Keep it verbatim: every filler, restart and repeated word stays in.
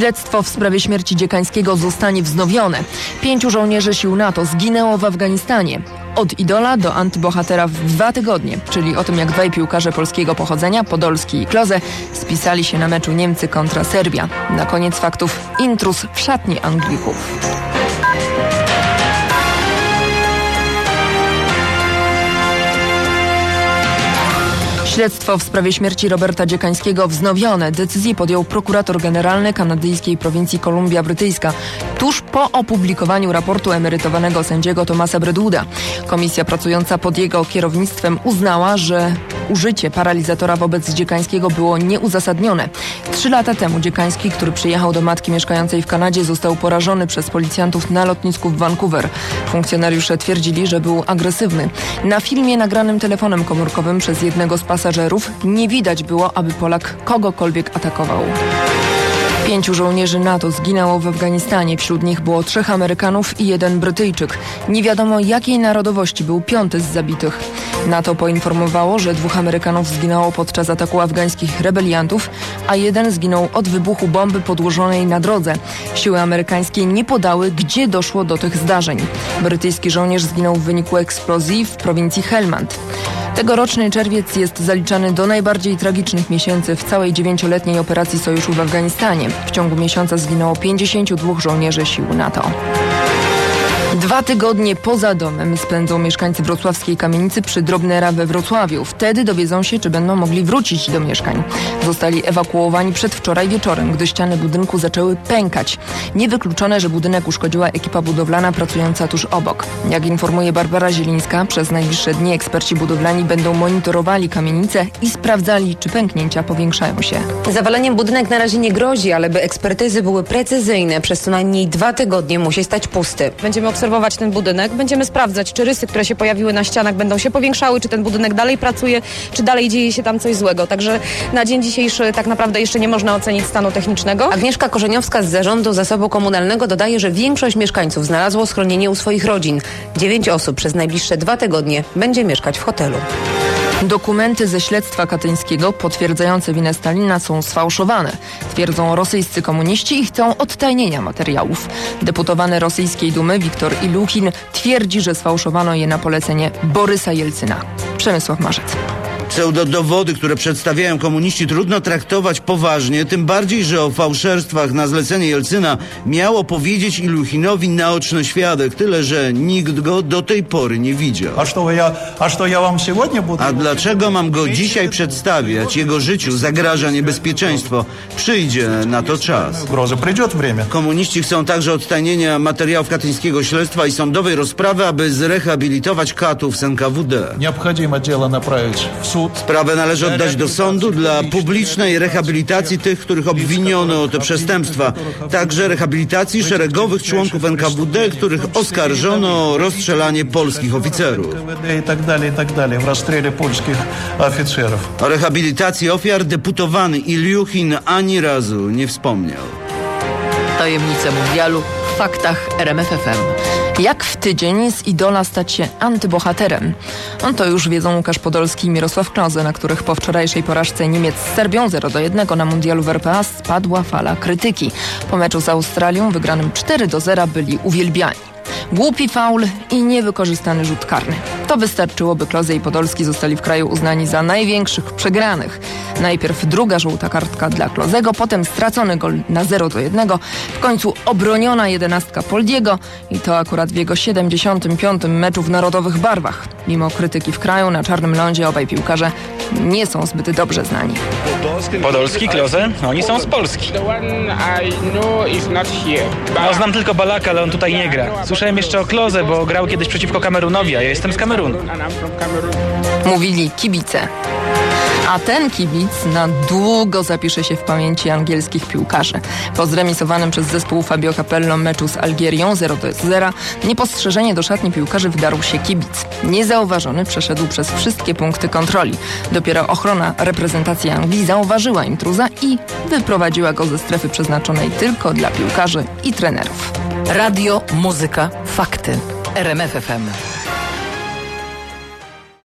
Śledztwo w sprawie śmierci Dziekańskiego zostanie wznowione. Pięciu żołnierzy sił NATO zginęło w Afganistanie. Od idola do antybohatera w dwa tygodnie, czyli o tym, jak dwaj piłkarze polskiego pochodzenia, Podolski i Klose, spisali się na meczu Niemcy kontra Serbia. Na koniec faktów intruz w szatni Anglików. Śledztwo w sprawie śmierci Roberta Dziekańskiego wznowione. Decyzję podjął prokurator generalny kanadyjskiej prowincji Kolumbia Brytyjska tuż po opublikowaniu raportu emerytowanego sędziego Thomasa Bredwooda. Komisja pracująca pod jego kierownictwem uznała, że użycie paralizatora wobec Dziekańskiego było nieuzasadnione. Trzy lata temu Dziekański, który przyjechał do matki mieszkającej w Kanadzie, został porażony przez policjantów na lotnisku w Vancouver. Funkcjonariusze twierdzili, że był agresywny. Na filmie nagranym telefonem komórkowym przez jednego z pasażerów nie widać było, aby Polak kogokolwiek atakował. Pięciu żołnierzy NATO zginęło w Afganistanie. Wśród nich było trzech Amerykanów i jeden Brytyjczyk. Nie wiadomo, jakiej narodowości był piąty z zabitych. NATO poinformowało, że dwóch Amerykanów zginęło podczas ataku afgańskich rebeliantów, a jeden zginął od wybuchu bomby podłożonej na drodze. Siły amerykańskie nie podały, gdzie doszło do tych zdarzeń. Brytyjski żołnierz zginął w wyniku eksplozji w prowincji Helmand. Tegoroczny czerwiec jest zaliczany do najbardziej tragicznych miesięcy w całej dziewięcioletniej operacji sojuszu w Afganistanie. W ciągu miesiąca zginęło pięćdziesięciu dwóch żołnierzy sił NATO. Dwa tygodnie poza domem spędzą mieszkańcy wrocławskiej kamienicy przy Drobnera we Wrocławiu. Wtedy dowiedzą się, czy będą mogli wrócić do mieszkań. Zostali ewakuowani przedwczoraj wieczorem, gdy ściany budynku zaczęły pękać. Niewykluczone, że budynek uszkodziła ekipa budowlana pracująca tuż obok. Jak informuje Barbara Zielińska, przez najbliższe dni eksperci budowlani będą monitorowali kamienicę i sprawdzali, czy pęknięcia powiększają się. Zawaleniem budynek na razie nie grozi, ale by ekspertyzy były precyzyjne, przez co najmniej dwa tygodnie musi stać pusty. Będziemy obserwować ten budynek, będziemy sprawdzać, czy rysy, które się pojawiły na ścianach, będą się powiększały, czy ten budynek dalej pracuje, czy dalej dzieje się tam coś złego. Także na dzień dzisiejszy tak naprawdę jeszcze nie można ocenić stanu technicznego. Agnieszka Korzeniowska z Zarządu Zasobu Komunalnego dodaje, że większość mieszkańców znalazło schronienie u swoich rodzin. Dziewięć osób przez najbliższe dwa tygodnie będzie mieszkać w hotelu. Dokumenty ze śledztwa katyńskiego potwierdzające winę Stalina są sfałszowane, twierdzą rosyjscy komuniści i chcą odtajnienia materiałów. Deputowany rosyjskiej Dumy Wiktor Iluchin twierdzi, że sfałszowano je na polecenie Borysa Jelcyna. Przemysław Marzec. Pseudodowody, które przedstawiają komuniści, trudno traktować poważnie, tym bardziej, że o fałszerstwach na zlecenie Jelcyna miał opowiedzieć Iluchinowi naoczny świadek, tyle że nikt go do tej pory nie widział. A co ja, a co ja wam сегодня буду? A dlaczego mam go dzisiaj przedstawiać? Jego życiu zagraża niebezpieczeństwo. Przyjdzie na to czas. Komuniści chcą także odtajnienia materiałów katyńskiego śledztwa i sądowej rozprawy, aby zrehabilitować katów z N K W D. Необходимо дело направить в суд. Sprawę należy oddać do sądu dla publicznej rehabilitacji tych, których obwiniono o te przestępstwa. Także rehabilitacji szeregowych członków N K W D, których oskarżono o rozstrzelanie polskich oficerów. I tak dalej, i tak dalej, w rozstrzele polskich oficerów. O rehabilitacji ofiar deputowany Iluchin ani razu nie wspomniał. Tajemnice mundialu w faktach R M F F M. Jak w tydzień z idola stać się antybohaterem? On to już wiedzą Łukasz Podolski i Mirosław Klose, na których po wczorajszej porażce Niemiec z Serbią zero do jednego na mundialu w R P A spadła fala krytyki. Po meczu z Australią wygranym cztery do zera byli uwielbiani. Głupi faul i niewykorzystany rzut karny. To wystarczyło, by Klose i Podolski zostali w kraju uznani za największych przegranych. Najpierw druga żółta kartka dla Klosego, potem stracony gol na zero do jednego, w końcu obroniona jedenastka Poldiego i to akurat w jego siedemdziesiątym piątym meczu w narodowych barwach. Mimo krytyki w kraju, na czarnym lądzie obaj piłkarze nie są zbyt dobrze znani. Podolski, Klose, oni są z Polski. No, znam tylko Balaka, ale on tutaj nie gra. Słyszałem jeszcze o Klose, bo grał kiedyś przeciwko Kamerunowi, a ja jestem z Kamerunu. Mówili kibice. A ten kibic na długo zapisze się w pamięci angielskich piłkarzy. Po zremisowanym przez zespół Fabio Capello meczu z Algierią zero do zera niepostrzeżenie do szatni piłkarzy wdarł się kibic. Niezauważony przeszedł przez wszystkie punkty kontroli. Dopiero ochrona reprezentacji Anglii zauważyła intruza i wyprowadziła go ze strefy przeznaczonej tylko dla piłkarzy i trenerów. Radio, muzyka, fakty. R M F F M.